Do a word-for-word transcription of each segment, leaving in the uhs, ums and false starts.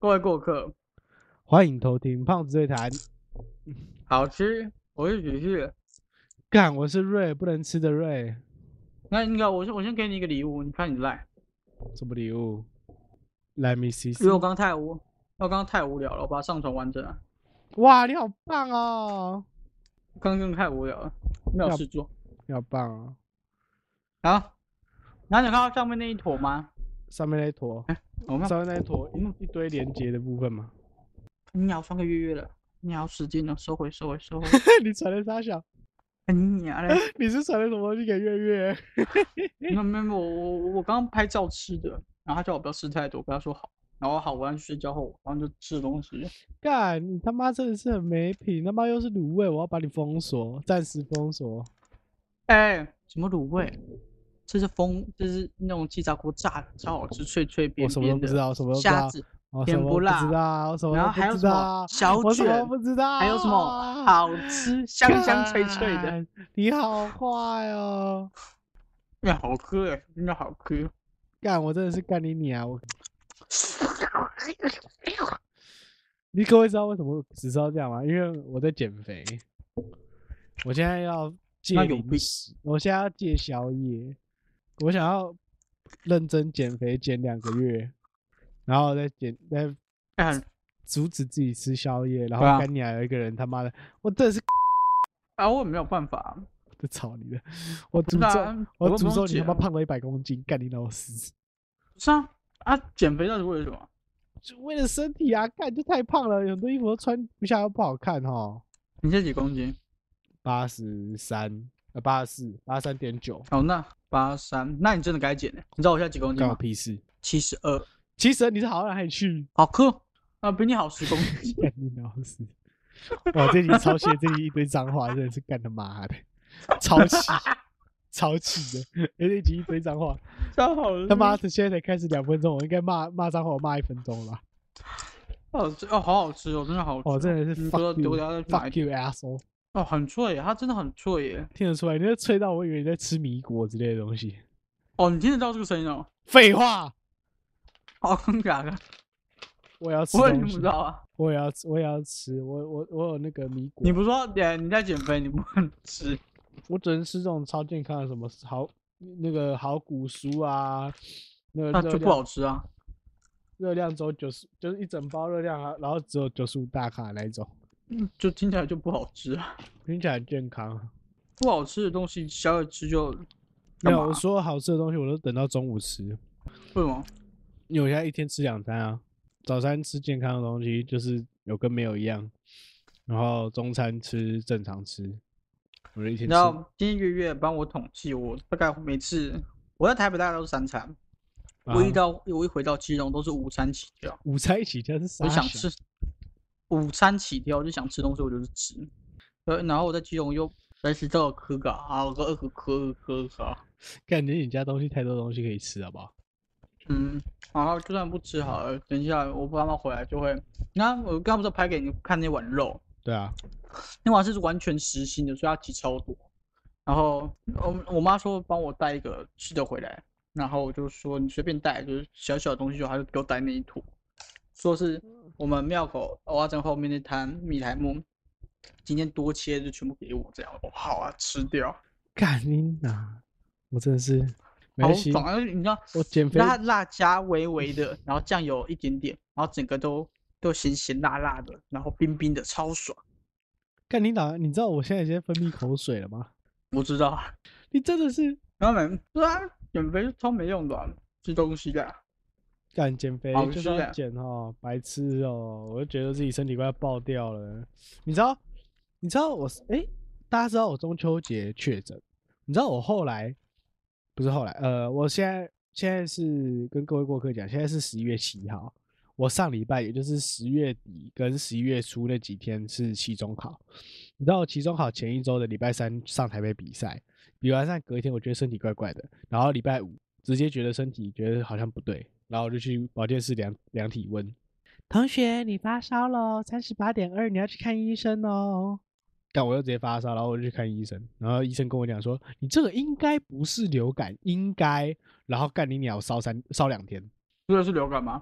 各位过客， 欢迎偷听胖子对谈。 好吃，我是许旭。 干，我是瑞，不能吃的瑞。 那那个，我先我先给你一个礼物，你看你来。 什么礼物 ？Let me see 因为我 see。 刚刚太无，我刚刚太无聊了，我把它上传完整了。 哇，你好棒哦！ 刚刚太无聊了，没有事做。 你好棒哦！ 好，然后你看到上面那一坨吗？ 上面那一坨， 哎，我们上面那一坨一一堆连接的部分吗？ 你要上个月月了，你要使劲了，收回收回收回。 你传的啥小？ 哎你娘嘞！ 你是传的什么东西给月月？ 没有没有，我我我刚刚拍照吃的，然后他叫我不要吃太多，跟他说好，然后好，我要去睡觉后，然后就吃东西。 干，你他妈真的是很没品！他妈又是卤味，我要把你封锁，暂时封锁。 哎，什么卤味？这是风，这是那种气炸锅炸的，超好吃，脆脆边我什么边的。 都不知道，什么都不知道。 虾子， 我什甜不辣么不知道，我什么然后都还有什么不知道。 小我什么卷， 不知道？ 还有什么好吃，香香脆脆的。 干你好坏哦！ 呀，好喝哎，真的好喝。 干，我真的是干你娘！我，你各位知道为什么只知道这样吗？因为我在减肥，我现在要戒那有病零食，我现在要戒宵夜，我想要认真减肥，减两个月，然后再减再哎， 阻止自己吃宵夜，然对啊后干你娘有一个人他妈的，我真的是啊，我也没有办法。 就操你的！我诅不是啊咒，我我不用诅咒你他妈减胖到一百公斤，干你老死！ 是啊，啊，减肥到底为了什么？ 就为了身体啊，干就太胖了，很多衣服都穿不下，又不好看哈。 你现在几公斤？ 八十三，呃，八十四，八十三点九， 哦，那八三，那你真的该减了。你知道我现在几公斤干我吗？ 屁事！ 七十二， 其实你是好到哪里去？ 好磕啊，比你好十公斤。 干你老死！哇，这集超气，这集一堆脏话，真的是干他妈的，超气，超气的，这集一堆脏话， 超好吃。 他妈的，现在才开始两分钟，我应该骂骂脏话，我骂一分钟了。 好吃哦，好好吃哦，真的好吃哦，真的是你 fuck 说 you， 我等下再去买一 fuck you asshole。 哦，很脆耶，它真的很脆耶。 听得出来，你那吹到我以为你在吃米果之类的东西。 哦，你听得到这个声音哦？ 废话， 好真假的？ 我也要吃我也听东西不到啊。 我也要吃，我也要吃，我我我有那个米果。 你不是说哎你在减肥，你不能吃？ 我只能吃这种超健康的，什么好那个好谷酥啊，那那就不个热量好吃啊。 热量只有九十，就是一整包热量啊，然后只有九十五大卡那一种， 嗯，就听起来就不好吃啊。 听起来很健康。 不好吃的东西小夜吃就没有， 干嘛我所有好吃的东西我都等到中午吃， 为什么？ 因为我现在一天吃两餐啊，早餐吃健康的东西，就是有跟没有一样，然后中餐吃正常吃，我就一天吃。 然后今天月月帮我统计，我大概每次我在台北大概都是三餐， 啊我一到我一回到基隆都是午餐起跳， 午餐一起加是啥？ 我就想吃午餐起跳，我就想吃东西我就是吃。对，然后我在基隆又在吃这个科嘎啊，我个二个科科嘎， 感觉你家东西太多东西可以吃，好不好？ 嗯，然后就算不吃好了，等一下我爸妈回来就会，那我刚刚不是拍给你看那碗肉， 对啊， 那碗是完全实心的，所以它挤超多。然后我我妈说帮我带一个吃的回来，然后我就说你随便带，就是小小的东西就好，就给我带那一坨，说是我们庙口蚵仔煎后面那摊米苔木，今天多切就全部给我这样，我好啊，吃掉。 干你哪！我真的是没好关系， 爽啊！你知道， 我减肥辣辣加微微的，然后酱油一点点，然后整个都都咸咸辣辣的，然后冰冰的，超爽。 干你哪！你知道我现在已经分泌口水了吗？ 我知道， 你真的是然后没对啊，减肥是超没用的、啊，吃东西的、啊。 干减肥好就是要吃欸减哦，白痴哦！我就觉得自己身体快要爆掉了。你知道？你知道我哎、欸，大家知道我中秋节确诊？你知道我后来不是后来，呃，我现在现在是跟各位过客讲，现在是十一月七号。我上礼拜也就是十月底跟十一月初那几天是期中考。你知道我期中考前一周的礼拜三上台北比赛，比完赛隔一天我觉得身体怪怪的，然后礼拜五直接觉得身体觉得好像不对，然后我就去保健室量量体温。同学，你发烧了，三十八点二，你要去看医生哦。但我又直接发烧，然后我就去看医生，然后医生跟我讲说，你这个应该不是流感，应该，然后干你鸟烧三烧两天。 这个是流感吗？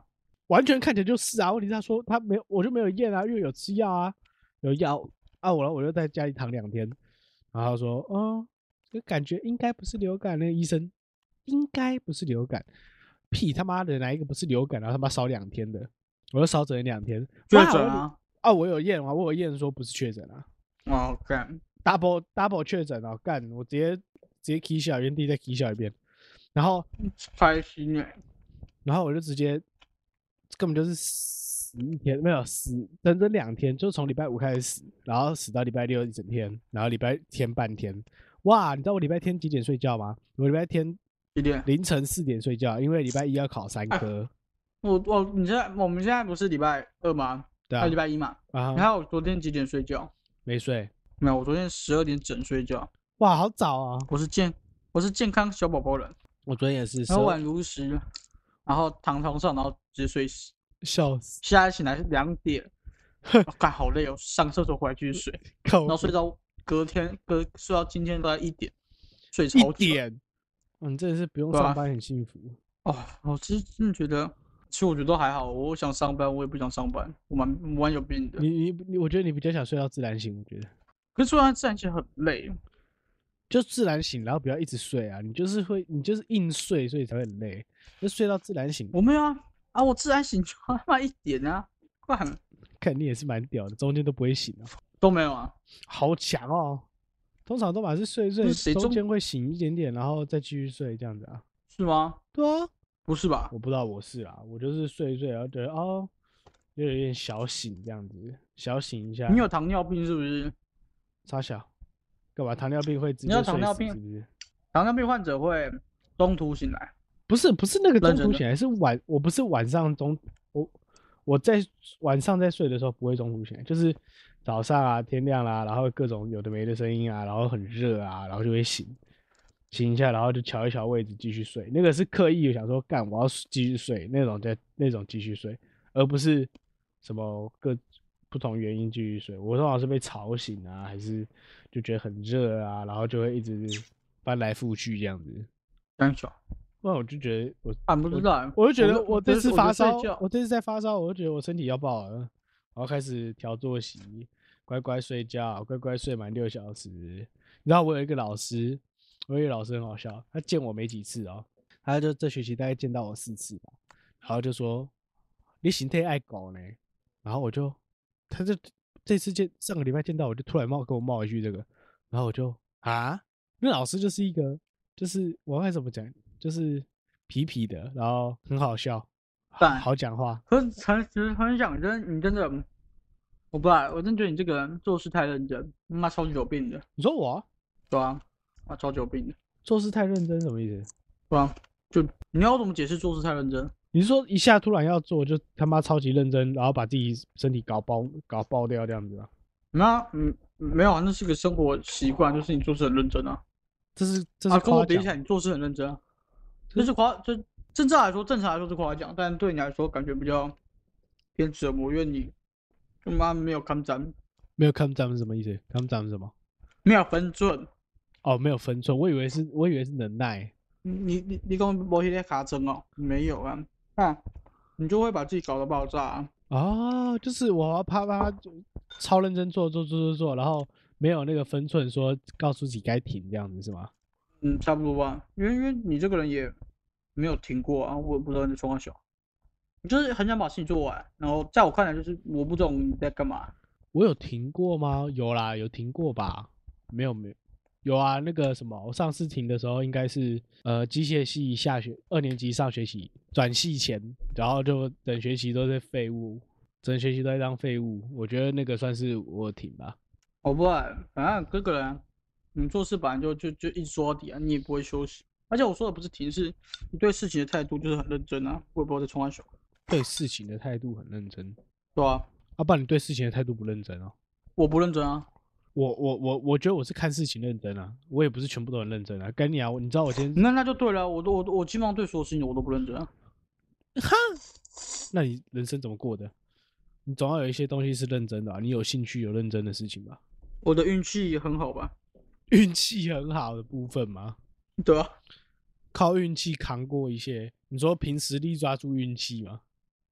完全看起来就是啊。问题是他说他没有，我就没有验啊，因为有吃药啊，有药啊，我然后我就在家里躺两天，然后他说，哦，这感觉应该不是流感，那个医生应该不是流感，屁他妈的哪一个不是流感，然后他妈少两天的，我就少整了两天， 确诊啊， 啊，我有验啊，我有验说不是确诊啊， 哦干 double double 确诊啊，干，我直接直接 key 小原地再 key 小一遍，然后开心哎， 然后我就直接根本就是死一天，没有死整整两天，就从礼拜五开始死，然后死到礼拜六一整天，然后礼拜天半天。哇，你知道我礼拜天几点睡觉吗？我礼拜天几点？ 凌晨四点睡觉，因为礼拜一要考三科。 我我你现在我们现在不是礼拜二吗？ 对啊， 还有礼拜一嘛。 啊， 你看我昨天几点睡觉？ 没睡。 没有，我昨天十二点整睡觉。 哇，好早啊！ 我是健我是健康小宝宝人， 我昨天也是， 然后晚如时，然后躺床上，然后直接睡死， 笑死。 现在醒来是两点，我干、哦、好累哦，上厕所回来继续睡，然后睡到隔天隔睡到今天都在一点，睡超久。 一点，嗯，真的是不用上班很幸福。 哦，我其实真的觉得，其实我觉得都还好。我想上班，我也不想上班，我蛮我蛮有病的。 你你你，我觉得你比较想睡到自然醒，我觉得。 可是睡到自然醒很累， 就自然醒，然后不要一直睡啊！你就是会，你就是硬睡，所以才会很累。就睡到自然醒。 我没有啊啊！我自然醒就他妈一点啊，快很。 看你也是蛮屌的，中间都不会醒啊。 都没有啊， 好强哦！通常都嘛是睡睡，中间会醒一点点，然后再继续睡这样子啊？ 是吗？ 对啊， 不是吧？ 我不知道我是啦，我就是睡一睡，然后觉得哦，有点小醒这样子，小醒一下。 你有糖尿病是不是？ 傻小，干嘛？糖尿病会直接你有糖尿病是不是？ 糖尿病患者会中途醒来？ 不是，不是那个中途醒来，是晚，我不是晚上中，我我在晚上在睡的时候不会中途醒来，就是早上啊，天亮啦、啊，然后各种有的没的声音啊，然后很热啊，然后就会醒，醒一下，然后就调一调位置继续睡。那个是刻意想说干，我要继续睡那种在那种继续睡，而不是什么各不同原因继续睡。我通常是被吵醒啊，还是就觉得很热啊，然后就会一直翻来覆去这样子。 刚巧。 那我就觉得我啊，不知道， 我就觉得我这次发烧， 我, 我这次在发烧，我就觉得我身体要爆了，然后开始调作息，乖乖睡觉，乖乖睡满六小时。你知道我有一个老师，我有一个老师很好笑，他见我没几次哦，他就这学期大概见到我四次吧，然后就说你形态爱狗呢，然后我就，他就这次见上个礼拜见到我就突然冒跟我冒一句这个，然后我就啊，那老师就是一个，就是我该怎么讲？就是痞痞的，然后很好笑，好讲话。 可是其实很想真，你真的，我不知道，我真觉得你这个人做事太认真，妈超级有病的。 你说我？ 对啊，啊超级有病的。 做事太认真什么意思？ 对啊，就你要怎么解释做事太认真？ 你是说一下突然要做就他妈超级认真，然后把自己身体搞爆搞爆掉这样子啊？ 没有，嗯，没有啊，那是个生活习惯，就是你做事很认真啊。 这是这是夸奖。 啊，跟我比起来，你做事很认真啊。这是夸，就正常来说，正常来说是夸奖，但对你来说感觉比较偏折磨，因为你他妈没有看展， 没有看展是什么意思？看展是什么？ 没有分寸。 哦，没有分寸，我以为是，我以为是能耐。 你你你跟我摸些卡针哦，没有啊，啊，你就会把自己搞得爆炸啊。 哦，就是我要啪啪超认真做做做做做，然后没有那个分寸，说告诉自己该停这样子是吗？ 嗯，差不多吧，因为因为你这个人也没有停过啊，我也不知道你从小，你就是很想把事情做完，然后在我看来就是我不懂你在干嘛。 我有停过吗？有啦，有停过吧？没有没有，有啊，那个什么，我上次停的时候应该是呃机械系下学二年级上学期转系前，然后就整学期都在废物，整学期都在当废物，我觉得那个算是我停吧。 我不会，反正各个人。你做事本来就就就一直说到底啊，你也不会休息。而且我说的不是停，是你对事情的态度就是很认真啊。我也不知道在冲他手。 对事情的态度很认真， 对啊。 啊，不然你对事情的态度不认真哦？ 我不认真啊。 我我我我觉得我是看事情认真啊，我也不是全部都很认真啊。跟你啊，你知道我今天那那就对了，我都我我基本上对所有事情我都不认真啊。 哈，那你人生怎么过的？你总要有一些东西是认真的啊，你有兴趣有认真的事情吧？ 我的运气很好吧？ 运气很好的部分吗？ 对啊， 靠运气扛过一些。你说凭实力抓住运气吗？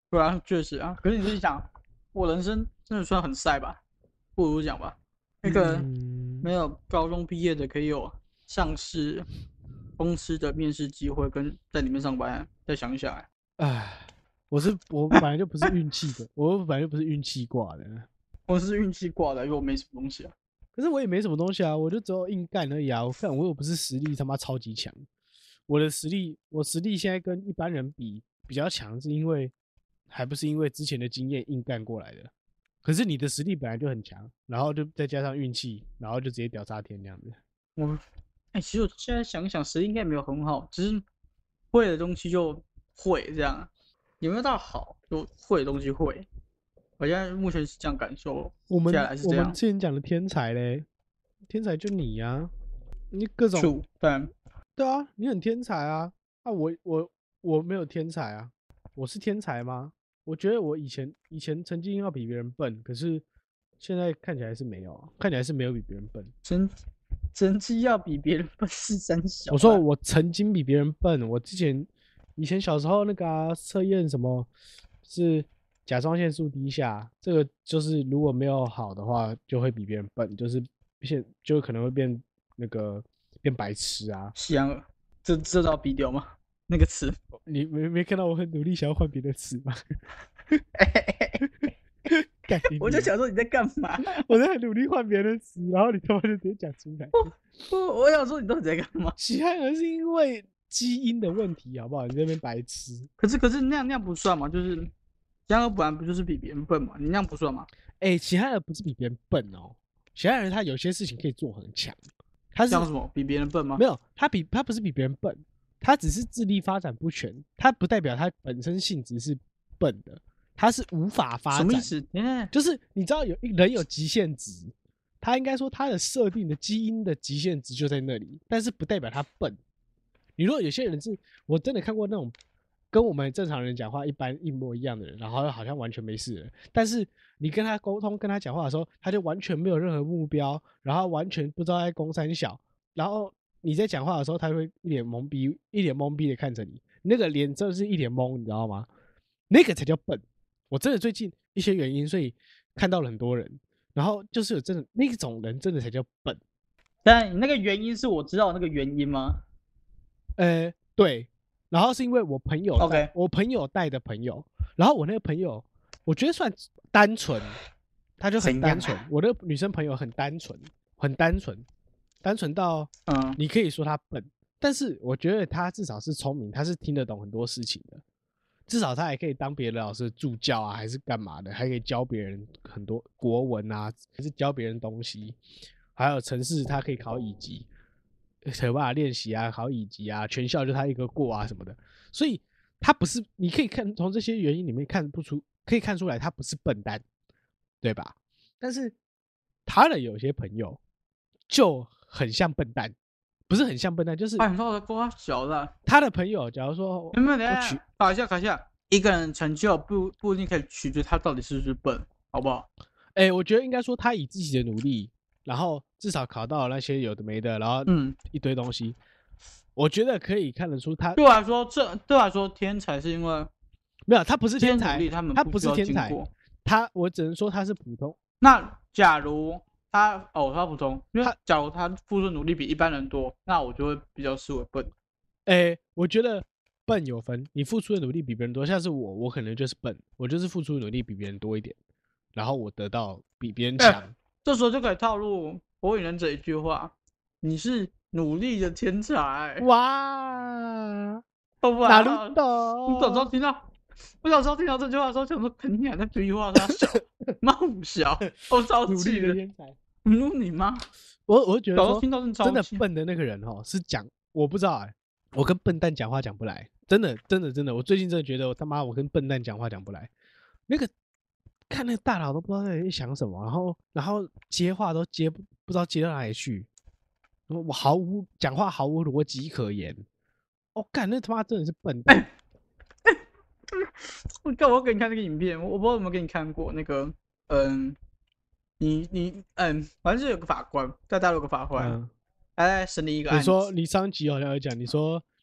对啊，确实啊。可是你自己想，我人生真的算很晒吧？不如讲吧，那个嗯没有高中毕业的可以有上市公司的面试机会，跟在里面上班。再想一想，哎， 唉，我是我本来就不是运气的，我本来就不是运气挂的。 我是运气挂的，因为我没什么东西啊。 可是我也没什么东西啊，我就只有硬干而已啊！我看我又不是实力他妈超级强，我的实力，我实力现在跟一般人比比较强，是因为还不是因为之前的经验硬干过来的。可是你的实力本来就很强，然后就再加上运气，然后就直接屌炸天这样子。 我，哎、欸，其实我现在想一想，实力应该没有很好，只是会的东西就会这样，有没有到好就会的东西会。我现在目前是这样感受， 我们下来是这样。 我们之前讲的天才嘞，天才就你呀、啊，你各种 True，但对啊，你很天才啊！啊，我我我没有天才啊，我是天才吗？我觉得我以前以前曾经要比别人笨，可是现在看起来是没有啊，看起来是没有比别人笨。 成成绩要比别人笨是三小。 我说我曾经比别人笨，我之前以前小时候那个啊测验什么是甲状腺素低下，这个就是如果没有好的话，就会比别人笨，就是现就可能会变那个变白痴啊。 西洋耳，这这都要逼掉吗？那个词， 你没没看到我很努力想要换别的词吗？ 我就想说你在干嘛？ 我在很努力换别的词，然后你他妈就直接讲出来。 我我想说你到底在干嘛？ 喜憨儿是因为基因的问题，好不好？你在那边白痴。 可是可是那样那样不算嘛？就是喜憨儿本来不就是比别人笨嘛？你那样不算吗？ 哎、欸，喜憨儿不是比别人笨哦，喜憨儿他有些事情可以做很强。他是像什么比别人笨吗？ 没有，他比他不是比别人笨，他只是智力发展不全，他不代表他本身性质是笨的，他是无法发展。 什么意思？ 就是你知道有人有极限值，他应该说他的设定的基因的极限值就在那里，但是不代表他笨。你如果有些人是我真的看过那种跟我们正常人讲话一般一模一样的人，然后好像完全没事了，但是你跟他沟通跟他讲话的时候，他就完全没有任何目标，然后完全不知道在攻三小，然后你在讲话的时候，他会一脸懵逼，一脸懵逼的看着你，那个脸真的是一脸懵，你知道吗？那个才叫笨。我真的最近一些原因，所以看到了很多人，然后就是有真的那种人，真的才叫笨。 但你那个原因是我知道那个原因吗？ 呃，对，然后是因为我朋友带 ，OK， 我朋友带的朋友，然后我那个朋友，我觉得算单纯，他就很单纯。 啊、 我的女生朋友很单纯，很单纯，单纯到嗯，你可以说他笨，但是我觉得他至少是聪明，他是听得懂很多事情的。至少他还可以当别的老师的助教啊，还是干嘛的，还可以教别人很多国文啊，还是教别人东西。还有程式，他可以考乙级，有办法练习啊，考乙级啊，全校就他一个过啊什么的。所以他不是，你可以看从这些原因里面看不出，可以看出来他不是笨蛋，对吧？但是他的有些朋友就很像笨蛋，不是很像笨蛋，就是哎，你说我瓜小的。 他的朋友，假如说有没有等一下考一下考一下，一个人成就不不一定可以取决他到底是不是笨，好不好？ 哎、欸，我觉得应该说他以自己的努力，然后至少考到那些有的没的，然后嗯一堆东西，嗯、我觉得可以看得出他。 对我来说，这对我来说天才是因为没有他不是天才， 他们他不是天才，他我只能说他是普通。 那假如他哦他普通，因为假如他付出努力比一般人多，那我就会比较视为笨。 哎、欸，我觉得笨有分，你付出的努力比别人多，像是我，我可能就是笨，我就是付出的努力比别人多一点，然后我得到比别人强、欸。 这时候就可以套入《火影忍者》一句话：“你是努力的天才。” 哇！ 好不好？ 哪路懂？ 我早知道听到，我早知道听到这句话的时候，想说肯定还在这句话他小，妈五小，我超气的天才。 努你妈！ 我我觉得说听到真的笨的那个人哦，是讲我不知道哎、欸，我跟笨蛋讲话讲不来，真的真的真的，我最近真的觉得我他妈我跟笨蛋讲话讲不来，那个看那个大佬都不知道在想什么，然后然后接话都接不不知道接到哪里去，我毫无讲话毫无逻辑可言。我、哦、干那他妈真的是笨蛋！ 欸欸、我干我给你看那个影片，我不知道有没有给你看过那个嗯。你你嗯，反正是有个法官，在大陆有个法官，嗯、他在审理一个案子。 你说你上集好像有讲，你说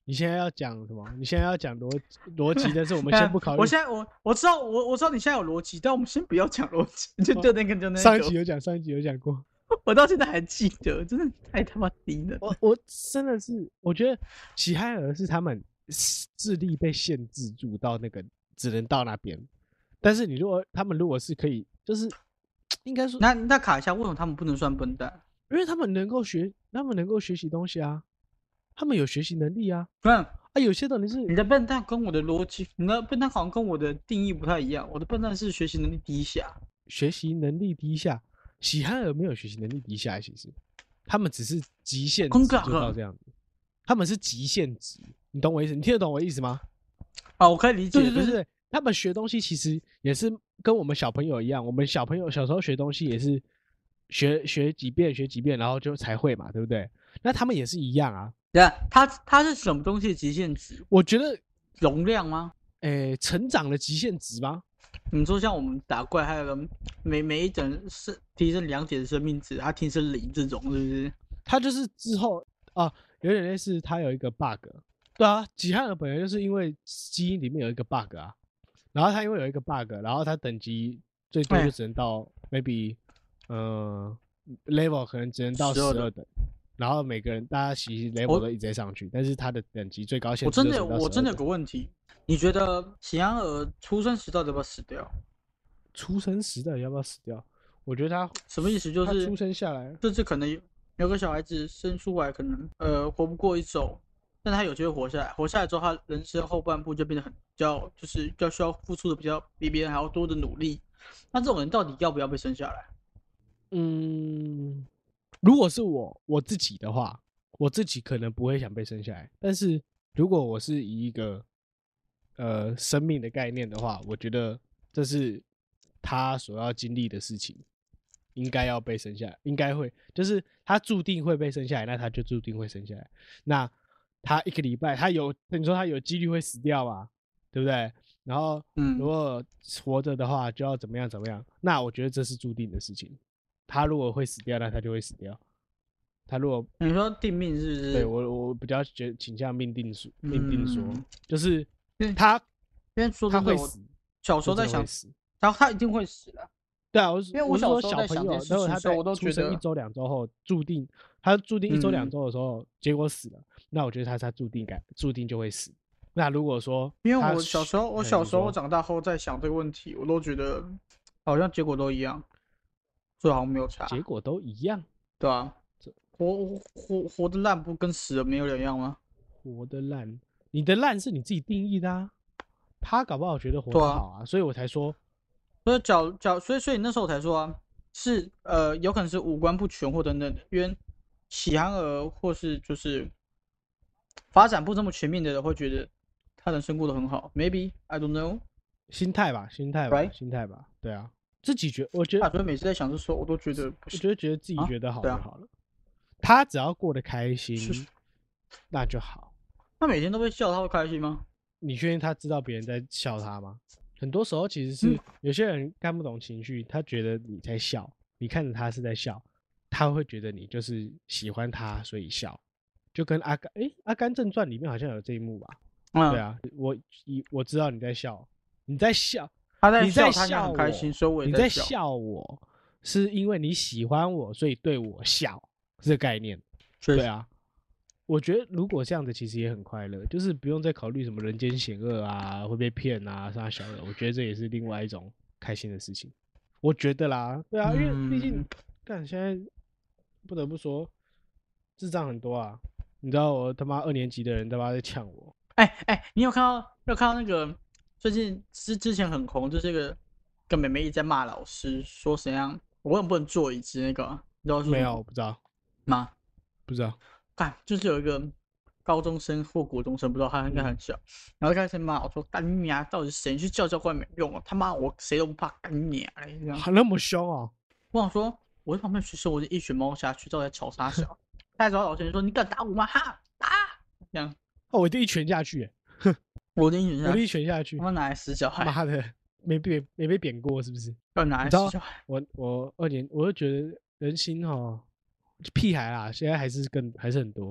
你现在要讲什么？你现在要讲逻逻辑，但是我们先不考虑。 我现在我我知道我我知道你现在有逻辑，但我们先不要讲逻辑，就就那个就那个。 上一集有讲，上一集有讲过。 我到现在还记得，真的太他妈低了。 我我真的是，我觉得喜憨儿是他们智力被限制住到那个只能到那边，但是你如果他们如果是可以，就是应该说， 那那卡一下，为什么他们不能算笨蛋？ 因为他们能够学，他们能够学习东西啊，他们有学习能力啊。 嗯啊，有些东西是你的笨蛋跟我的逻辑，你的笨蛋好像跟我的定义不太一样。我的笨蛋是学习能力低下， 学习能力低下。喜憨儿没有学习能力低下，其实他们只是极限值就到这样子，他们是极限值，你懂我意思？你听得懂我意思吗？ 啊，我可以理解， 对对对对，他们学东西其实也是跟我们小朋友一样，我们小朋友小时候学东西也是学学几遍学几遍，然后就才会嘛，对不对？那他们也是一样啊。 对啊，它它是什么东西的极限值？ 我觉得容量吗？ 诶，成长的极限值吗？ 你说像我们打怪，还有个每每一等是提升两点的生命值，它提升零这种，是不是？ 它就是之后啊，有点类似，它有一个 bug。对啊，吉汉尔本来就是因为基因里面有一个 bug 啊，然后它因为有一个 bug， 然后它等级最多就只能到、欸、maybe 呃 level 可能只能到十二等，然后每个人大家其实 level 都一直在上去，但是它的等级最高限制我真的我真的有个问题。你觉得喜憨儿出生时到底要不要死掉？ 出生时到底要不要死掉？我觉得他什么意思？就是他出生下来， 就是可能有个小孩子生出来，可能呃活不过一周，但他有机会活下来。活下来之后，他人生后半部就变得很比较，就是比较需要付出的比较比别人还要多的努力。那这种人到底要不要被生下来？ 嗯，如果是我我自己的话，我自己可能不会想被生下来。但是如果我是以一个呃生命的概念的话，我觉得这是他所要经历的事情，应该要被生下来，应该会，就是他注定会被生下来，那他就注定会生下来。那他一个礼拜，他有你说他有几率会死掉嘛，对不对？然后如果活着的话，就要怎么样怎么样？那我觉得这是注定的事情。他如果会死掉，那他就会死掉。他如果你说定命是不是？ 对我我比较觉倾向命定说，命定说、嗯、就是他， 因为说他会死， 小时候在想，然后他一定会死的。 对啊，我因为我小时候在想这件事情的时候，我都觉得一周两周后注定，他注定一周两周的时候、嗯、结果死了，那我觉得他他注定改注定就会死。那如果说， 因为我小时候我小时候我长大后在想这个问题，我都觉得好像结果都一样，所以好像没有差。 结果都一样， 对啊。活活活的烂不跟死了没有两样吗？ 活的烂，你的烂是你自己定义的啊。他搞不好觉得活得好啊，啊所以我才说， 所以角角，所以所以那时候我才说啊，是呃，有可能是五官不全或等等的，因为喜憨儿或是就是发展不这么全面的人会觉得他人生过得很好 ，maybe I don't know， 心态吧，心态吧， right? 心态吧，对啊，自己觉，我觉得， 所以每次在想的时候，我都觉得， 我觉得觉得自己觉得好就啊好了。他只要过得开心，那就好。 他每天都被笑，他会开心吗？ 你确定他知道别人在笑他吗？很多时候其实是、嗯、有些人看不懂情绪，他觉得你在笑，你看着他是在笑，他会觉得你就是喜欢他，所以笑。就跟阿甘，哎、欸，《阿甘正传》里面好像有这一幕吧？嗯、对啊，我我知道你在笑，你在笑， 他在笑， 他在很开心，所以我也在笑。你在笑我，是因为你喜欢我，所以对我笑。这个概念，对啊，我觉得如果这样子其实也很快乐，就是不用再考虑什么人间险恶啊，会被骗啊，杀小人，我觉得这也是另外一种开心的事情。我觉得啦，对啊，因为毕竟，干、嗯、现在不得不说，智障很多啊。你知道我他妈二年级的人他妈在呛我。 哎哎、欸，你有看到有看到那个最近之之前很红，就是这个跟妹妹一直在骂老师，说怎样我能不能坐椅子那个，你知道是没有？我不知道。 吗？ 不知道。 干，就是有一个高中生或国中生，不知道他应该很小，嗯、然后就开始骂我说：“干你娘！到底是谁？你去叫教官没用啊！他妈我谁都不怕，干你娘嘞！”这样。 还那么凶哦！ 我想说，我在旁边学生，我就一拳猫下去，到底在吵啥小？他找老师说：“你敢打我吗？哈，打！”这样。 哦，我一定一拳下去， 哼，我一定一拳下去， 我一拳下去。 他妈哪来死小孩？ 妈的，没被没被扁过是不是？ 要哪来死小孩？ 我我二年，我就觉得人心哈。屁孩啦，现在还是更还是很多。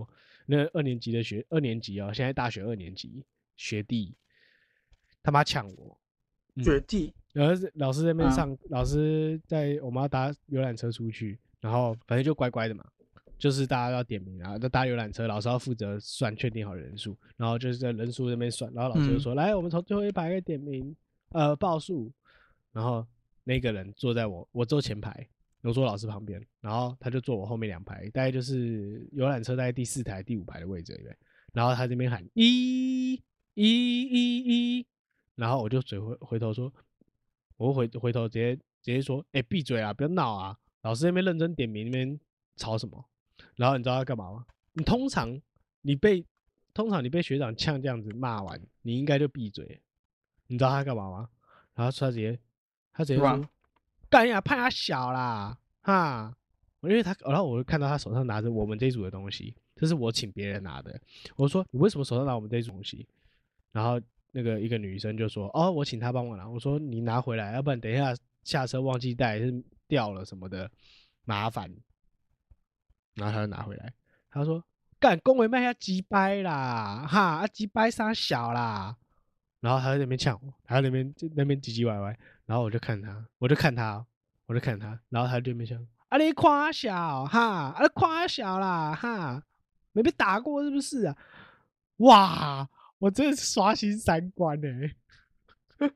那二年级的学二年级哦，现在大学二年级学弟他妈抢我， 嗯、学弟， 然后老师在那边上，嗯、老师在我们要搭游览车出去，然后反正就乖乖的嘛。就是大家要点名啊，搭游览车，老师要负责算，确定好人数，然后就是在人数那边算，然后老师就说：“嗯、来，我们从最后一排开始点名，呃，报数。”然后那个人坐在我，我坐前排，我坐老师旁边，然后他就坐我后面两排，大概就是游览车大概第四台、第五排的位置，对不对？然后他这边喊一、一、一、一，然后我就嘴回回头说，我回回头直接直接说：“哎、欸，闭嘴啊，不要闹啊！老师那边认真点名，那边吵什么？”然后你知道他干嘛吗？你通常你被通常你被学长呛这样子骂完，你应该就闭嘴。你知道他干嘛吗？然后他直接他直接说：“干呀，怕他小啦，哈！”因为他，然后我就看到他手上拿着我们这一组的东西，这是我请别人拿的。我说：“你为什么手上拿我们这一组东西？”然后那个一个女生就说：“哦，我请他帮我拿。”我说：“你拿回来，要不然等一下下车忘记带，是掉了什么的，麻烦。”然后他就拿回来，他说：“干，恭维卖下鸡掰啦，哈，啊鸡掰杀小啦。”然后他在那边呛我，他在那边那边唧唧歪歪，然后我就看他，我就看他，我就看他，然后他就在那边呛：“啊你夸小哈，啊夸小啦哈，没被打过是不是啊？”哇，我真的是刷新三观哎、欸！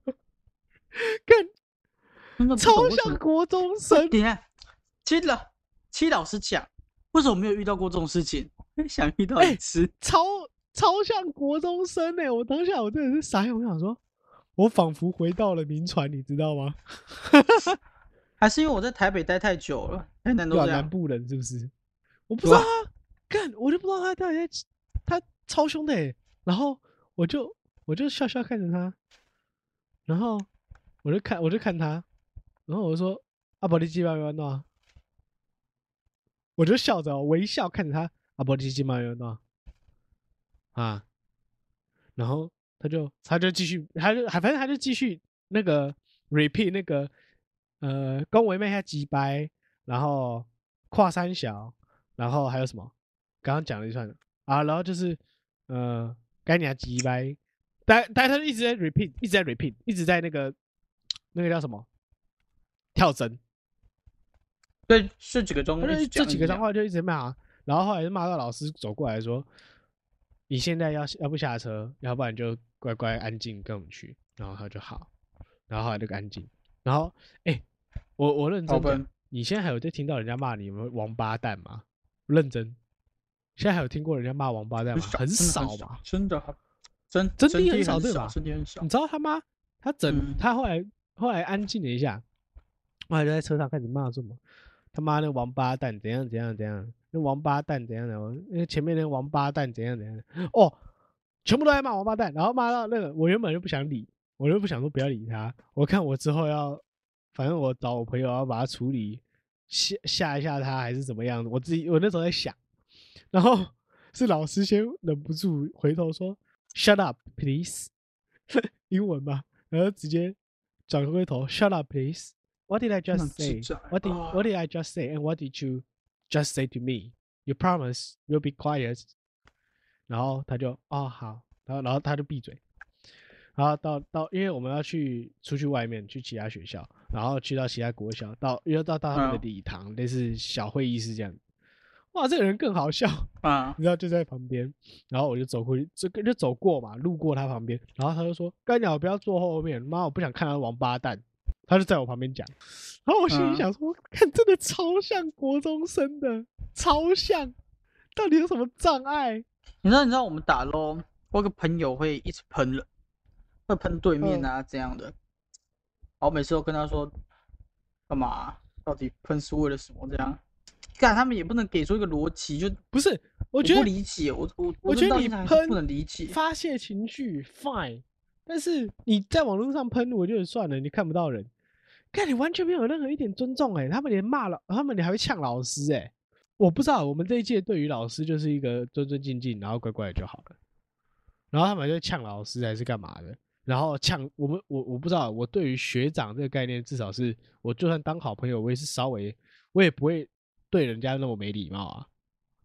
干，超像国中生。 等一下，其实老其实老实讲，为什么没有遇到过这种事情？想遇到一次， 欸、超超像国中生哎、欸！我当下我真的是傻眼，我想说，我仿佛回到了民传，你知道吗？ 还是因为我在台北待太久了，台南都这样。 南部人是不是？我不知道啊，干，我就不知道他到底在，他超凶的哎、欸！然后我就我就笑笑看着他，然后我就看我就看他，然后我就说：“阿伯你鸡巴要弄。”我就笑着、哦、微笑看着他，阿伯你鸡巴要弄啊，然后他就他就继续，他就反正他就继续那个 repeat 那个呃恭维妹下鸡掰，然后跨三小，然后还有什么？刚刚讲了一串啊，然后就是呃该你啊鸡掰，但但他就一直在 repeat， 一直在 repeat， 一直在那个那个叫什么跳针。 对，这几个钟， 这几个脏话就一直骂，然后后来就骂到老师走过来说：“你现在要要不下车，要不然就乖乖安静跟我们去。”然后他就好，然后后来就安静。然后哎、欸，我我认真讲，你现在还有在听到人家骂你们王八蛋吗？认真，现在还有听过人家骂王八蛋吗？很少吧？ 真的，真真的很少对吧？ 真的很少。 你知道他妈他整、嗯、他后来后来安静了一下，后来就在车上开始骂什么。他妈那王八蛋怎样怎样怎样，那王八蛋怎样的，那前面那个王八蛋怎样怎样，哦，全部都在骂王八蛋，然后骂到那个，我原本就不想理，我就不想说不要理他，我看我之后要，反正我找我朋友要把他处理，吓吓一下他还是怎么样的，我自己我那时候在想，然后是老師先忍不住回頭說 "Shut up, please"， 英文吧，然後直接轉回頭 "Shut up, please"。What did I just say? What did What did I just say? And what did you just say to me? You promise you'll be quiet. 然后他就哦好，然后然后他就闭嘴。然后到到，因为我们要去出去外面去其他学校，然后去到其他国小，到又到到他们的礼堂，类似小会议室这样。哇，这个人更好笑啊！你知道就在旁边，然后我就走过去，这个就走过嘛，路过他旁边，然后他就说：“干鸟不要坐后面，妈，我不想看到王八蛋。”他就在我旁边讲，然后我心里想说：“看，真的超像国中生的，超像，到底有什么障碍？” 你知道，你知道我们打咯，我有个朋友会一直喷人，会喷对面啊这样的，然后每次都跟他说：“干嘛？到底喷是为了什么？”这样。干，他们也不能给出一个逻辑，就不是，我觉得我不理解，我我我觉得你喷不能理解， 发泄情绪 fine， 但是你在网络上喷，我觉得算了，你看不到人，干你完全没有任何一点尊重哎、欸，他们连骂了，他们还会呛老师哎、欸，我不知道，我们这一届对于老师就是一个尊尊敬敬，然后乖乖的就好了，然后他们就呛老师还是干嘛的，然后呛我们，我我不知道，我对于学长这个概念，至少是我就算当好朋友，我也是稍微，我也不会。对人家那么没礼貌啊，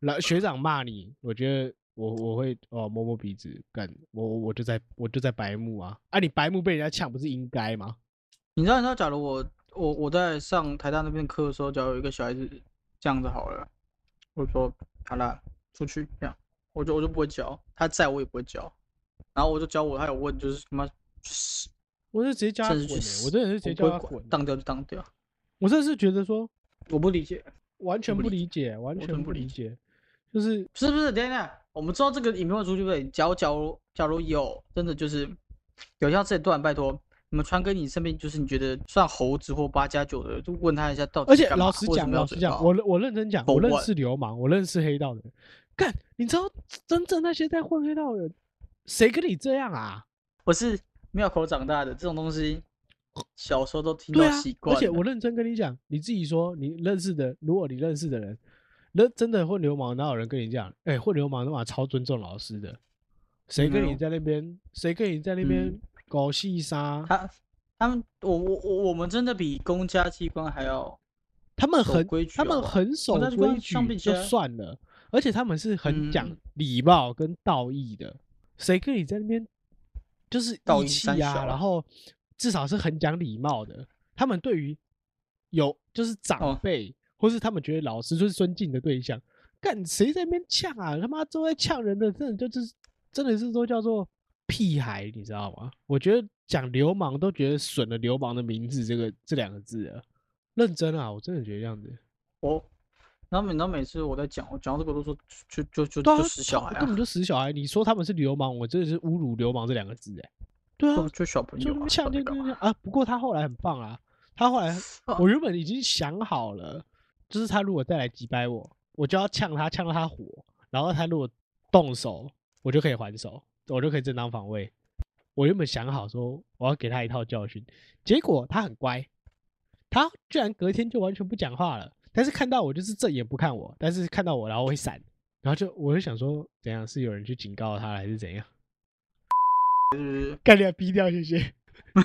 老学长骂你，我觉得我我会哦摸摸鼻子干，我我就在我就在白目啊啊！你白目被人家呛不是应该吗？ 你知道，你知道，假如我我我在上台大那边课的时候，假如有一个小孩子这样子好了，我就说好啦，出去这样，我就我就不会教，他在我也不会教，然后我就教我，他有问就是他妈去我是直接叫他甚至去滚、欸， 死， 我真的是直接我不会管， 叫他滚、欸。 当掉就当掉。 我真的是觉得说我不理解， 完全不我不理理解，完全我真不理不理解，就是不是不是，等一下，我们知道这个影片会出去对，假如假如假如有真的就是有像这段，拜托你们传给你身边就是你觉得算猴子或八加九的，就问他一下到底而且干嘛老实讲， 为什么要老实讲， 嘴炮我我认真讲， For 我认 what？ 识流氓，我认识黑道的人。干，你知道真正那些在混黑道的人，谁跟你这样啊？ 我是庙口长大的，这种东西小时候都听对啊到习，惯了。 而且我认真跟你讲，你自己说你认识的，如果你认识的人，那真的混流氓，哪有人跟你这样？哎、欸，混流氓他妈超尊重老师的，谁跟你在那边？谁跟你在那边搞细沙？ 他他们，我我我我们真的比公家机关还要。 他们很规矩， 他们很守规矩就算了，而且他们是很讲礼貌跟道义的。谁、嗯、跟你在那边就是义气啊？然后至少是很讲礼貌的。他们对于有就是长辈、哦、或是他们觉得老师就是尊敬的对象，干谁在那边呛啊？他妈都在呛人的，真的就是真的是都叫做屁孩，你知道吗？我觉得讲流氓都觉得损了流氓的名字这个这两个字了。认真啊，我真的觉得这样子。 我，然后每然后每次我在讲，我讲到这个都说就就就就就死小孩、啊， 根本就死小孩。你说他们是流氓，我真的是侮辱流氓这两个字哎。对啊， 就小朋友、啊， 呛就跟啊。不过他后来很棒啊，他后来我原本已经想好了，就是他如果再来击败我，我就要呛他，呛到他火，然后他如果动手，我就可以还手，我就可以正当防卫。我原本想好说我要给他一套教训，结果他很乖。他居然隔天就完全不讲话了，但是看到我就是正眼不看我，但是看到我然后会闪，然后就我就想说怎样是有人去警告他还是怎样？干你逼掉谢谢。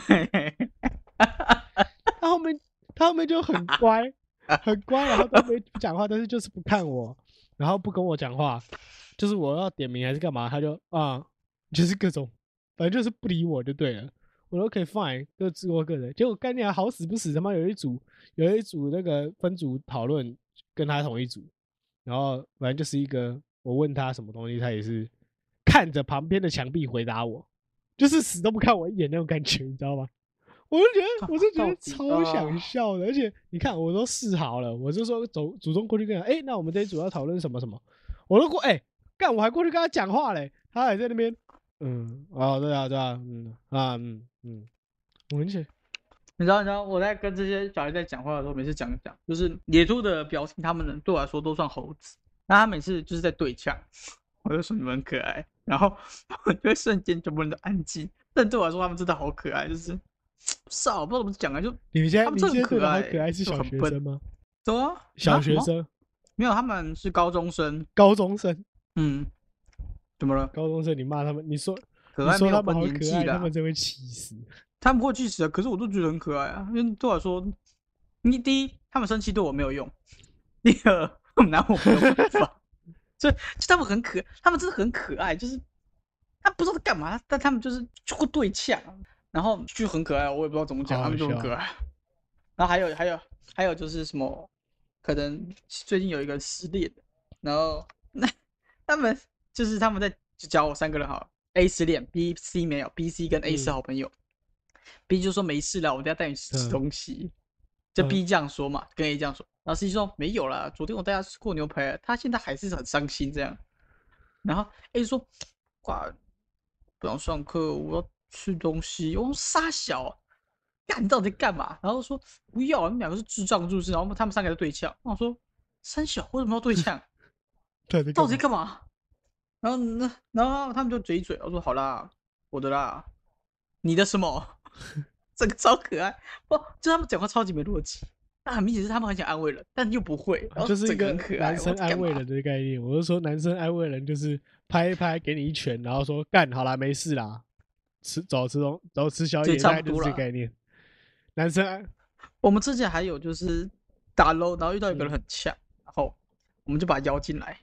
他后面他后面就很乖，很乖，然后都没不讲话，但是就是不看我，然后不跟我讲话，就是我要点名还是干嘛，他就啊，就是各种，反正就是不理我就对了。我都可以 fine， 各自过各人。结果干你好死不死，他妈有一组有一组那个分组讨论，跟他同一组，然后反正就是一个我问他什么东西，他也是看着旁边的墙壁回答我，就是死都不看我一眼那种感觉，你知道吗？我就觉得，我就觉得超想笑的，而且你看我都试好了，我就说走主动过去跟他，哎、欸，那我们这一组要讨论什么什么，我都过，哎、欸，干我还过去跟他讲话嘞，他还在那边。嗯，哦，对啊，对啊，嗯啊，嗯嗯，我很起， 你知道，你知道我在跟这些小孩在讲话的时候，每次讲讲，就是野兔的表情，他们对我来说都算猴子。那他每次就是在对呛，我就说你们很可爱，然后我就会瞬间全部人都安静。但对我来说，他们真的好可爱，就是不知道，不知道怎么讲啊，就你们现在他们真的很可爱， 好可爱，是小学生吗？ 对啊， 小学生、啊、 没有，他们是高中生。 高中生， 嗯。怎么了？ 高中生，你骂他们，你说可爱没有分年纪的，他们真会气死。 他们会气死啊！可是我都觉得很可爱啊，因为对我来说，你第一，他们生气对我没有用；第二，他们拿我没有办法。所以，就他们很可，他们真的很可爱，就是他不知道在干嘛，但他们就是就会对呛，然后就很可爱，我也不知道怎么讲，他们就很可爱。然后还有还有还有就是什么，可能最近有一个失恋的，然后那他们。就是他们在就教我三个人好了 ，A 失恋 ，B、C 没有 ，B、C 跟 A 是好朋友。嗯、B 就说没事啦，我等下带你去吃东西。嗯、就 B 这样说嘛，嗯、跟 A 这样说，然后 C 说没有啦，昨天我带他吃过牛排，他现在还是很伤心这样。然后 A 说，哇，不想上课，我要吃东西。我说傻小，干你到底在干嘛？然后说不要，你们两个是智障是不是？然后他们三个在对呛。我说三小为什么要对呛？到底在干嘛？然后那，然后他们就嘴嘴，我说好啦，我的啦，你的什么？这个超可爱，哇！就他们讲话超级没逻辑，那很明显是他们很想安慰人，但又不会，然后就是一个很可爱， 男生安慰人的概念。我就说男生安慰人就是拍一拍，给你一拳，然后说干好啦，没事啦，吃走吃东走吃宵夜，大概就是这个概念。男生安， 我们之前还有就是打 low， 然后遇到一个人很呛，嗯、然后我们就把他邀进来。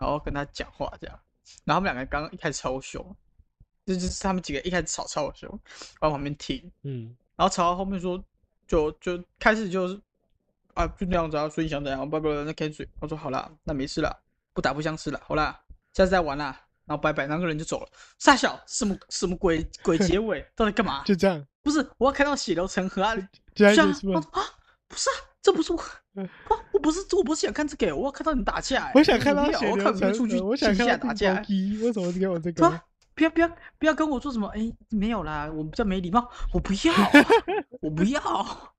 然后跟他讲话这样。然后他们两个刚刚一开始超凶，这就是他们几个一开始吵超凶，我在旁边听， 嗯， 然后吵到后面说，就就开始就是啊就那样子啊，所以你想怎样？拜拜，那开水。我说好啦，那没事啦，不打不相识了，好啦，下次再玩啦。然后拜拜，那个人就走了。傻小，什么什么鬼鬼结尾？到底干嘛？ 就这样， 不是，我要看到血流成河啊！ 就这是啊， 样结束了。 啊，不是啊，这不是我，不，我不是，我不是想看这个，我要看到你打架、欸。 我想看到我要血流成看你们出去河，我想看到线下打架、欸。 为什么给我这对啊个？ 不要不要不要跟我说什么，哎、欸，没有啦，我比较没礼貌，我不要、啊，我不要。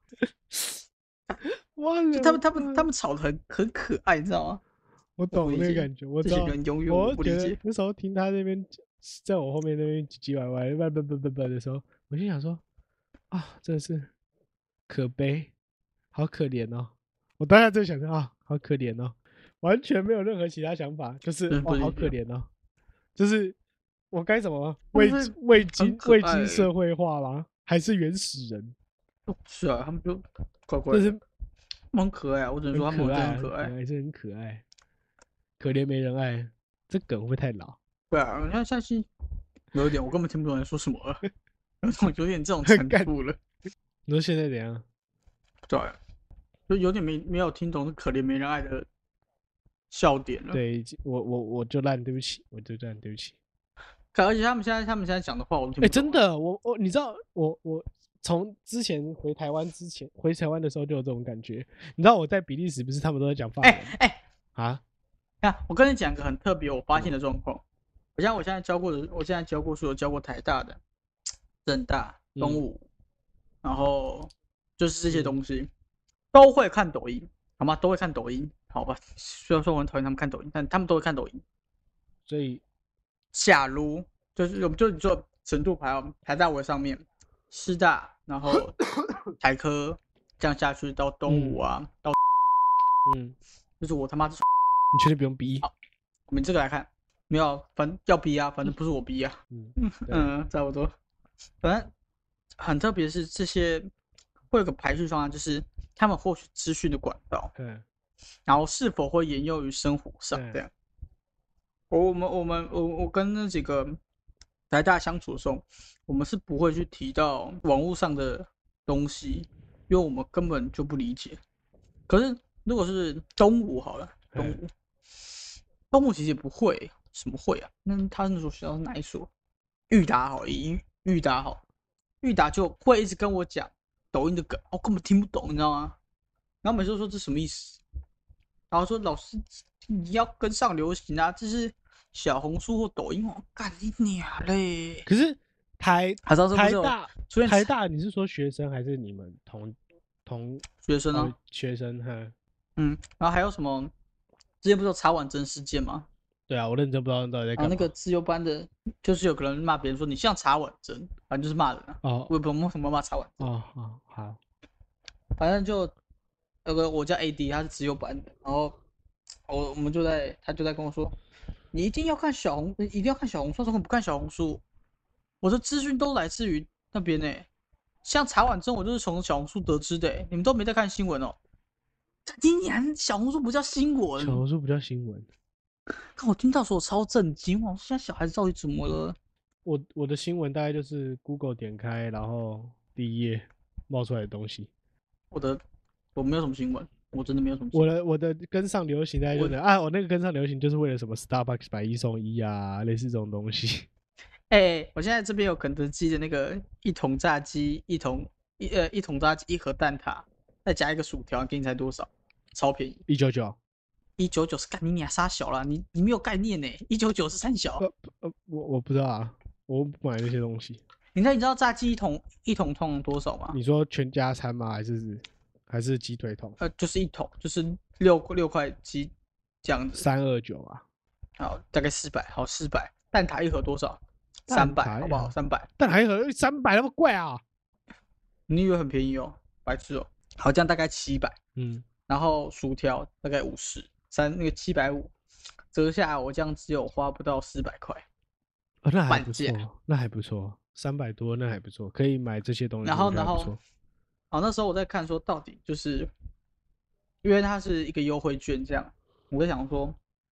忘了， 他们他们他们吵得很很可爱，你知道吗？ 我懂那个感觉，我知这道。 些人永远我不理解。 那时候听他那边在我后面那边唧唧歪歪、不不不不不的时候，我心想说啊，真的是可悲，好可怜哦。我当下就想说啊，好可怜哦，完全没有任何其他想法，就是哦，好可怜哦，就是我该怎么未未经未经社会化吗？还是原始人？ 是啊，他们就怪怪的， 就是很可爱啊！我只能说他们真的很可爱， 还是很可爱。可怜没人爱，这梗会不会太老？ 对啊，你看下期有一点，我根本听不懂你说什么了，有点这种程度了。 你说现在怎样？ 对，就有点没没有听懂可怜没人爱的笑点了。 对，我我我就烂，对不起，我就烂，对不起。 而且他们现在他们现在讲的话，我都听不懂。 哎，真的，我我你知道，我我从之前回台湾之前，回台湾的时候就有这种感觉。你知道我在比利时，不是他们都在讲法文？ 哎哎啊！ 看，我跟你讲个很特别我发现的状况。我像我现在教过的，我现在教过书，有教过台大的、政大、东吴，嗯、然后就是这些东西、嗯、都会看抖音，好吗？都会看抖音，好吧？虽然说我很讨厌他们看抖音，但他们都会看抖音。 所以， 假如就是我们就你做程度排哦，台大为上面，师大，然后台科这样下去到东吴啊，嗯、到嗯，就是我他妈。 你确定不用逼？ 好，我们这个来看，没有，反正要逼啊，反正不是我逼啊。嗯嗯，差不多。反正很特别的是，这些会有个排序方案，就是他们获取资讯的管道，嗯，然后是否会沿用于生活上这样。我我们我们我我跟那几个台大相处的时候，我们是不会去提到网络上的东西，因为我们根本就不理解。可是如果是东吴好了，东吴。东吴其实也不会，什么会啊？那他那所学校是哪一所？裕达好，裕裕达好，裕达就会一直跟我讲抖音的梗，我根本听不懂，你知道吗？然后每次都说这什么意思？然后说老师你要跟上流行啊，这是小红书或抖音，我干你娘嘞！ 可是台台大台大，你是说学生还是你们同同学生啊？ 学生哈， 嗯，然后还有什么？之前不是有查婉珍事件吗？ 对啊，我认真不知道到底在干嘛。 那个自由班的，就是有个人骂别人说你像查婉珍，反正就是骂人啊。哦，我也不懂为什么骂查婉珍。 哦哦，好， 反正就有个我叫 A D， 他是自由班的，然后我我们就在他就在跟我说，你一定要看小红，一定要看小红书，怎么不看小红书？我的资讯都来自于那边呢、欸，像查婉珍，我就是从小红书得知的、欸，你们都没在看新闻哦。今年小红书不叫新闻， 小红书不叫新闻。 看我听到时候我超震惊，我说现在小孩子到底怎么了？ 我我的新闻大概就是 Google 点开，然后第一页冒出来的东西。 我的我没有什么新闻，我真的没有什么新闻。我的我的跟上流行大概就是啊，我那个跟上流行就是为了什么 Starbucks 买一送一啊，类似这种东西。 哎、欸，我现在这边有肯德基的那个一桶炸鸡，一桶一呃一桶炸鸡，一盒蛋挞。再加一个薯条，给你才多少？超便宜， 一九九， 一九九是干你娘杀小了，你你没有概念呢，一九九是三小。 呃呃，我我不知道啊，我不买那些东西。 你看，你知道炸鸡一桶一桶通多少吗？ 你说全家餐吗？还是还是鸡腿桶？ 呃，就是一桶，就是六六块鸡这样子。 三二九啊， 好，大概四百，好四百。蛋挞一盒多少？三百，好不好？三百。 蛋挞一盒三百，那么贵啊？ 你以为很便宜哦？白痴哦。好，这样大概七百，嗯，然后薯条大概五十，三那个七百五，折下来我这样只有花不到四百块， 哦，那还不错，那还不错，三百多那还不错，可以买这些东西。 然后，然后，好，那时候我在看说到底就是，因为它是一个优惠券这样，我在想说，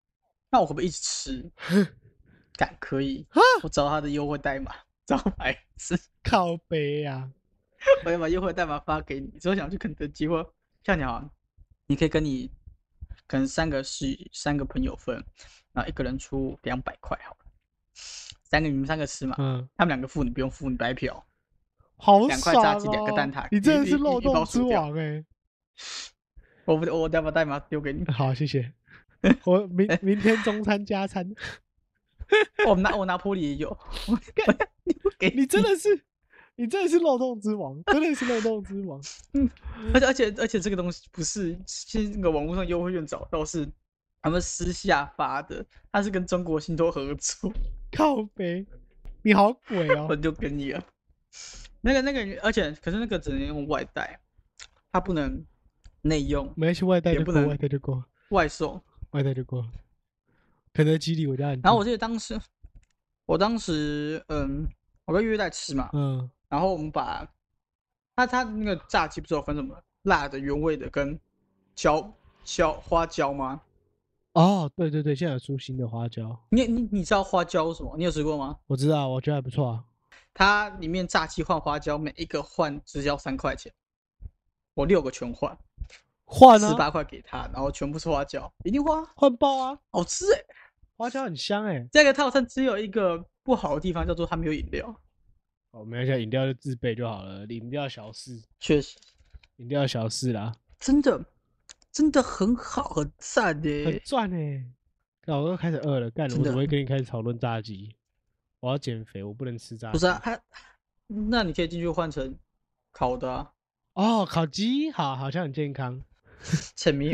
那我可不可以一直吃？敢可以，我找他的优惠代码，找白痴， 靠背啊！ 我要把优惠代码发给你。之后想去肯德基或像你好，你可以跟你可能三个是三个朋友分，然后一个人出两百块好了，三个你们三个吃嘛， 嗯， 他们两个付，你不用付，你白嫖。 好两块爽炸鸡，两个蛋哦！ 挞， 你真的是一一一漏洞之包薯条。 王哎！ 我不，我再把代码丢给你。 好，谢谢。我明明天中餐加餐。 我拿我拿坡里也有，我给你真的是，你真的是漏洞之王，真的是漏洞之王。 嗯，而且而且而且这个东西不是现在那个网络上优惠券找到，是他们私下发的，他是跟中国信托合作。 靠北，你好鬼哦！ 我就给你了。那个那个，而且可是那个只能用外带，它不能内用， 没关系，外带就过， 也不能外带就过， 外送。 外带就过。肯德基离我家很近。 然后我记得当时，我当时嗯，我跟月代吃嘛， 嗯， 然后我们把它它那个炸鸡不是有分什么辣的、原味的跟椒椒花椒吗？ 哦，对对对，现在有出新的花椒。 你你你知道花椒是什么？你有吃过吗？ 我知道，我觉得还不错啊。 它里面炸鸡换花椒，每一个换只要三块钱，我六个全换， 换啊， 十八块给他，然后全部是花椒，一定花， 换爆啊！ 好吃哎、欸！ 花椒很香哎、欸。 这个套餐只有一个不好的地方，叫做它没有饮料。 哦，没关系，饮料就自备就好了，饮料小事。 确实， 饮料小事啦， 真的真的很好，很赞的、欸， 很赚哎、欸。我都开始饿了，干了，我怎么会跟你开始讨论炸鸡？我要减肥，我不能吃炸鸡。 不是啊，它那你可以进去换成烤的啊。 哦，烤鸡好，好像很健康。 前面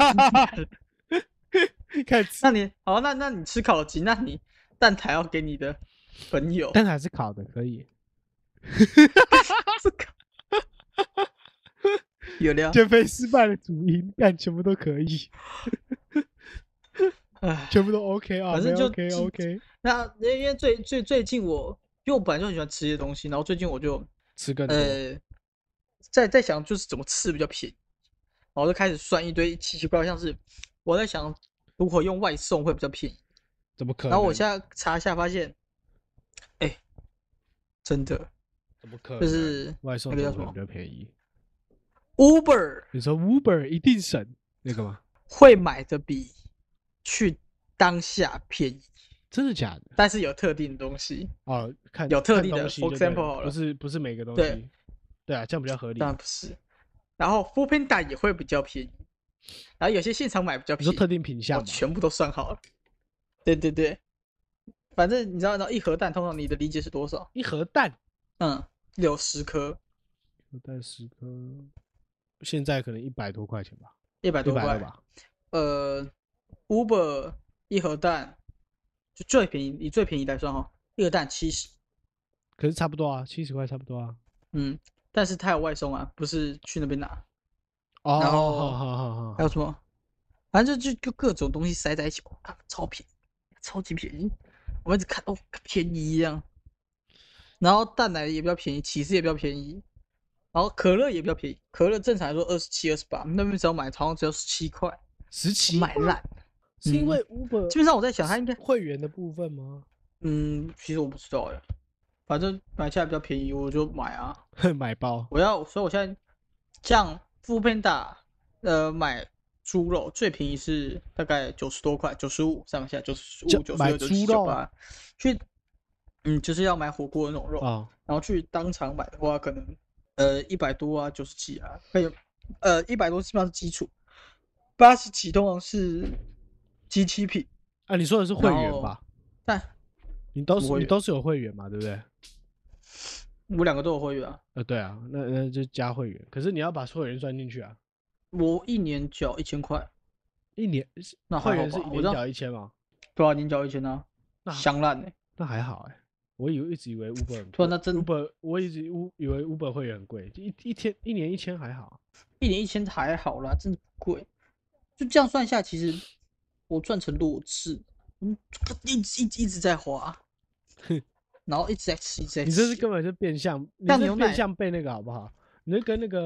开始吃， 那你好，那那你吃烤鸡，那你蛋挞要给你的朋友， 但还是烤的，可以。 是烤有料， 减肥失败的主因，干全部都可以， 唉， 全部都 OK 啊， 反正就 OK OK。 那因为最最最近我，因为我本来就很喜欢吃这些东西，然后最近我就吃更多。 呃，在在想就是怎么吃比较便宜，然后就开始算一堆奇奇怪怪，像是我在想如何用外送会比较便宜， 怎么可能？ 然后我现在查一下发现，哎、欸，真的， 怎么可能？ 就是外送那个叫什么比较便宜 ？Uber， 你说 Uber 一定省那个吗？ 会买的比去当下便宜， 真的假的？ 但是有特定的东西哦，看有特定的看东西 ，for example 好了， 不是不是每个东对西。对啊，这样比较合理。 当然不是。然后 Foodpanda 也会比较便宜，然后有些现场买比较便宜。 你说特定品项， 我全部都算好了。对对对，反正你知道，然后一盒蛋通常你的理解是多少？ 一盒蛋， 嗯，有十颗， 一盒蛋十颗，现在可能一百多块钱吧， 一百多块吧。 呃 ，Uber 一盒蛋就最便宜，以最便宜来算哈，一盒蛋七十。 可是差不多啊，七十块差不多啊。 嗯，但是它有外送啊，不是去那边拿。 哦， 然后好好好好， 还有什么？反正就就各种东西塞在一起，哦，超便宜，超级便宜。我们一直看哦，便宜一样。然后蛋奶也比较便宜，起司也比较便宜，然后可乐也比较便宜。可乐正常来说二十七、二十八，那边只要买好像只有十七块， 十七买烂。 是因为 Uber 基本上我在想，它应该会员的部分吗？ 嗯，其实我不知道哎，反正买下来比较便宜，我就买啊。 买包。 我要，所以我现在像 Foodpanda，呃，买猪肉最便宜是大概九十多块，九十五上下，九十五、九十六、九七、九八。去，嗯，就是要买火锅的那种肉， 哦， 然后去当场买的话，可能呃一百多啊，九十几啊，还有呃一百多基本上是基础，八十几通常是机器品。 啊，你说的是会员吧？ 但你都是你都是有会员嘛，对不对？ 我两个都有会员啊。 呃，对啊，那那就加会员。可是你要把会员算进去啊。 我一年缴一千块， 一年那会员是一年缴一千吗？ 对啊，年缴一千啊，那香烂哎， 那还好哎、欸。我以为一直以为 Uber 很贵， 对啊，那真 Uber 我一直以为 Uber 会员很贵，一一天一年一千还好， 一年一千还好啦，真的不贵。就这样算下，其实我赚成弱智，嗯，一直一直一直在花，然后一直在吃，一直在吃。 你这是根本就变相，你这变相被那个好不好？你就跟那个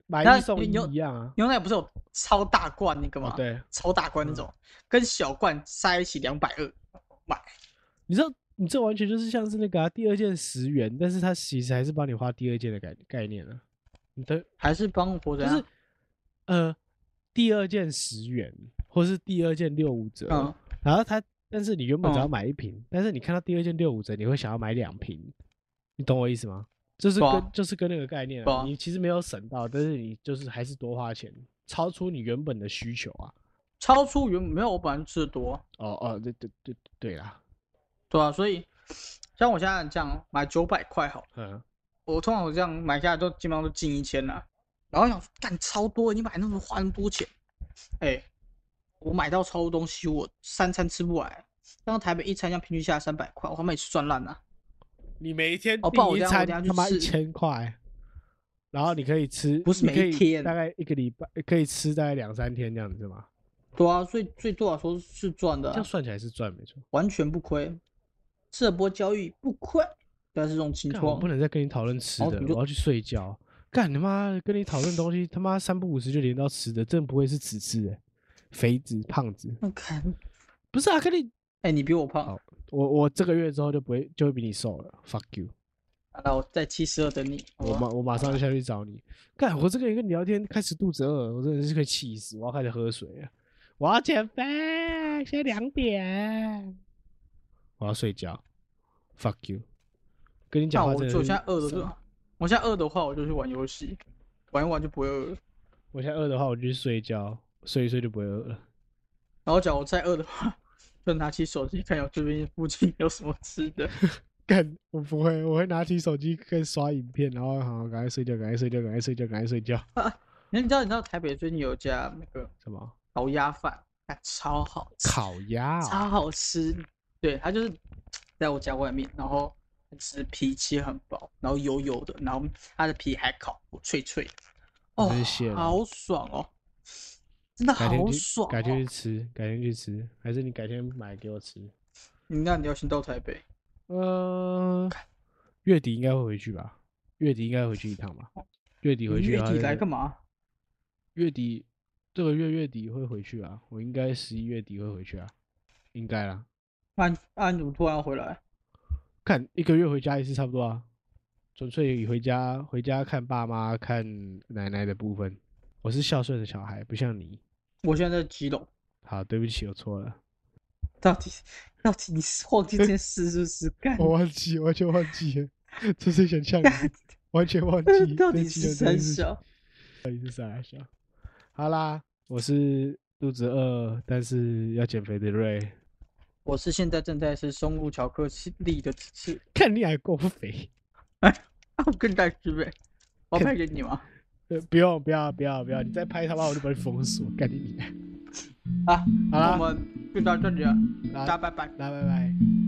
那买一送一牛一样啊。 牛奶不是有超大罐那个吗？ 哦，对， 超大罐那种，跟小罐塞一起两百二，买。 你知道，你这完全就是像是那个、啊、第二件十元，但是它其实还是帮你花第二件的概概念啊。你的还是帮我怎样？ 就是呃，第二件十元，或是第二件六五折， 嗯， 然后它，但是你原本只要嗯买一瓶，但是你看到第二件六五折，你会想要买两瓶，你懂我意思吗？就是跟、 对啊就是跟那个概念啊， 对啊你其实没有省到，但是你就是还是多花钱，超出你原本的需求啊。 超出原本没有我本来吃的多， 哦哦，对对对对啦， 对啊，所以像我现在这样买九百块好， 嗯， 我通常我这样买下来都基本上都近一千啦。然后想说干超多，你买那么花那么多钱，哎、欸，我买到超多东西，我三餐吃不完。像台北一餐这样平均下来三百块，我每次赚烂了。 你每一天哦，不然订一餐我等下我等下去他妈一吃， 千块，然后你可以吃， 不是每你可以一天大概一个礼拜可以吃大概两三天这样子吗？ 对啊，所以最多来说是赚的、啊， 这样算起来是赚没错。 完全不亏。吃了波交易不亏，但是这种情干，我况不能再跟你讨论吃的， 然后你就我要去睡觉。干他妈跟你讨论东西，他妈三不五时就连到吃的，真的不会是只吃的、欸，肥子胖子。 那看， 不是啊，跟你， 哎、你比我胖， 好，我我这个月之后就不会就会比你瘦了，fuck you。 那我在七十二等你，好我马吧？ 我马上就下去找你。干，我这个人跟你聊天开始肚子饿，我真的是可以气死，我要开始喝水了。我要减肥，现在两点，我要睡觉，fuck you。跟你那讲话真的是， 我就我现在饿的是吧？我现在饿的话，我就去玩游戏，玩一玩就不会饿了。 我现在饿的话，我就去睡觉，睡一睡就不会饿了。 然后假如我再饿的话，就拿起手机看有这边附近有什么吃的。 干，我不会，我会拿起手机开始刷影片，然后好，赶快睡觉，赶快睡觉，赶快睡觉，赶快睡觉。 你知道你知道台北最近有家那个什么？ 烤鸭饭，哎，超好吃， 烤鸭、哦？ 超好吃。对，它就是在我家外面，然后是皮切很薄，然后油油的，然后它的皮还烤脆脆的，哦，好爽哦，真的好爽、哦。 改天去吃，改天去吃，还是你改天买给我吃？ 你那你要先到台北。 呃，月底应该会回去吧？月底应该回去一趟吧？月底回去， 月底来干嘛？ 月底这个月月底会回去啊，我应该十一月底会回去啊，应该啦。 那那你怎么突然要回来？ 看一个月回家一次差不多啊，纯粹以回家回家看爸妈看奶奶的部分。我是孝顺的小孩，不像你。 我现在在基隆。 好，对不起，我错了。 到底到底你是忘记这件事是不是？干， 我忘记，完全忘记了，这是想呛你，完全忘记。 到底是三小？ 到底是三小？好啦，我是肚子饿但是要减肥的瑞。 我是现在正在吃松露巧克力的吃。 看你还够肥。 哎，我更带吃呗。我要拍给你吗？ 呃，不用，不要，不要，不要！你再拍他妈，我就把你封锁，干你你！ 啊， 好啦， 我们就到这里了，大家拜拜， 大家拜拜。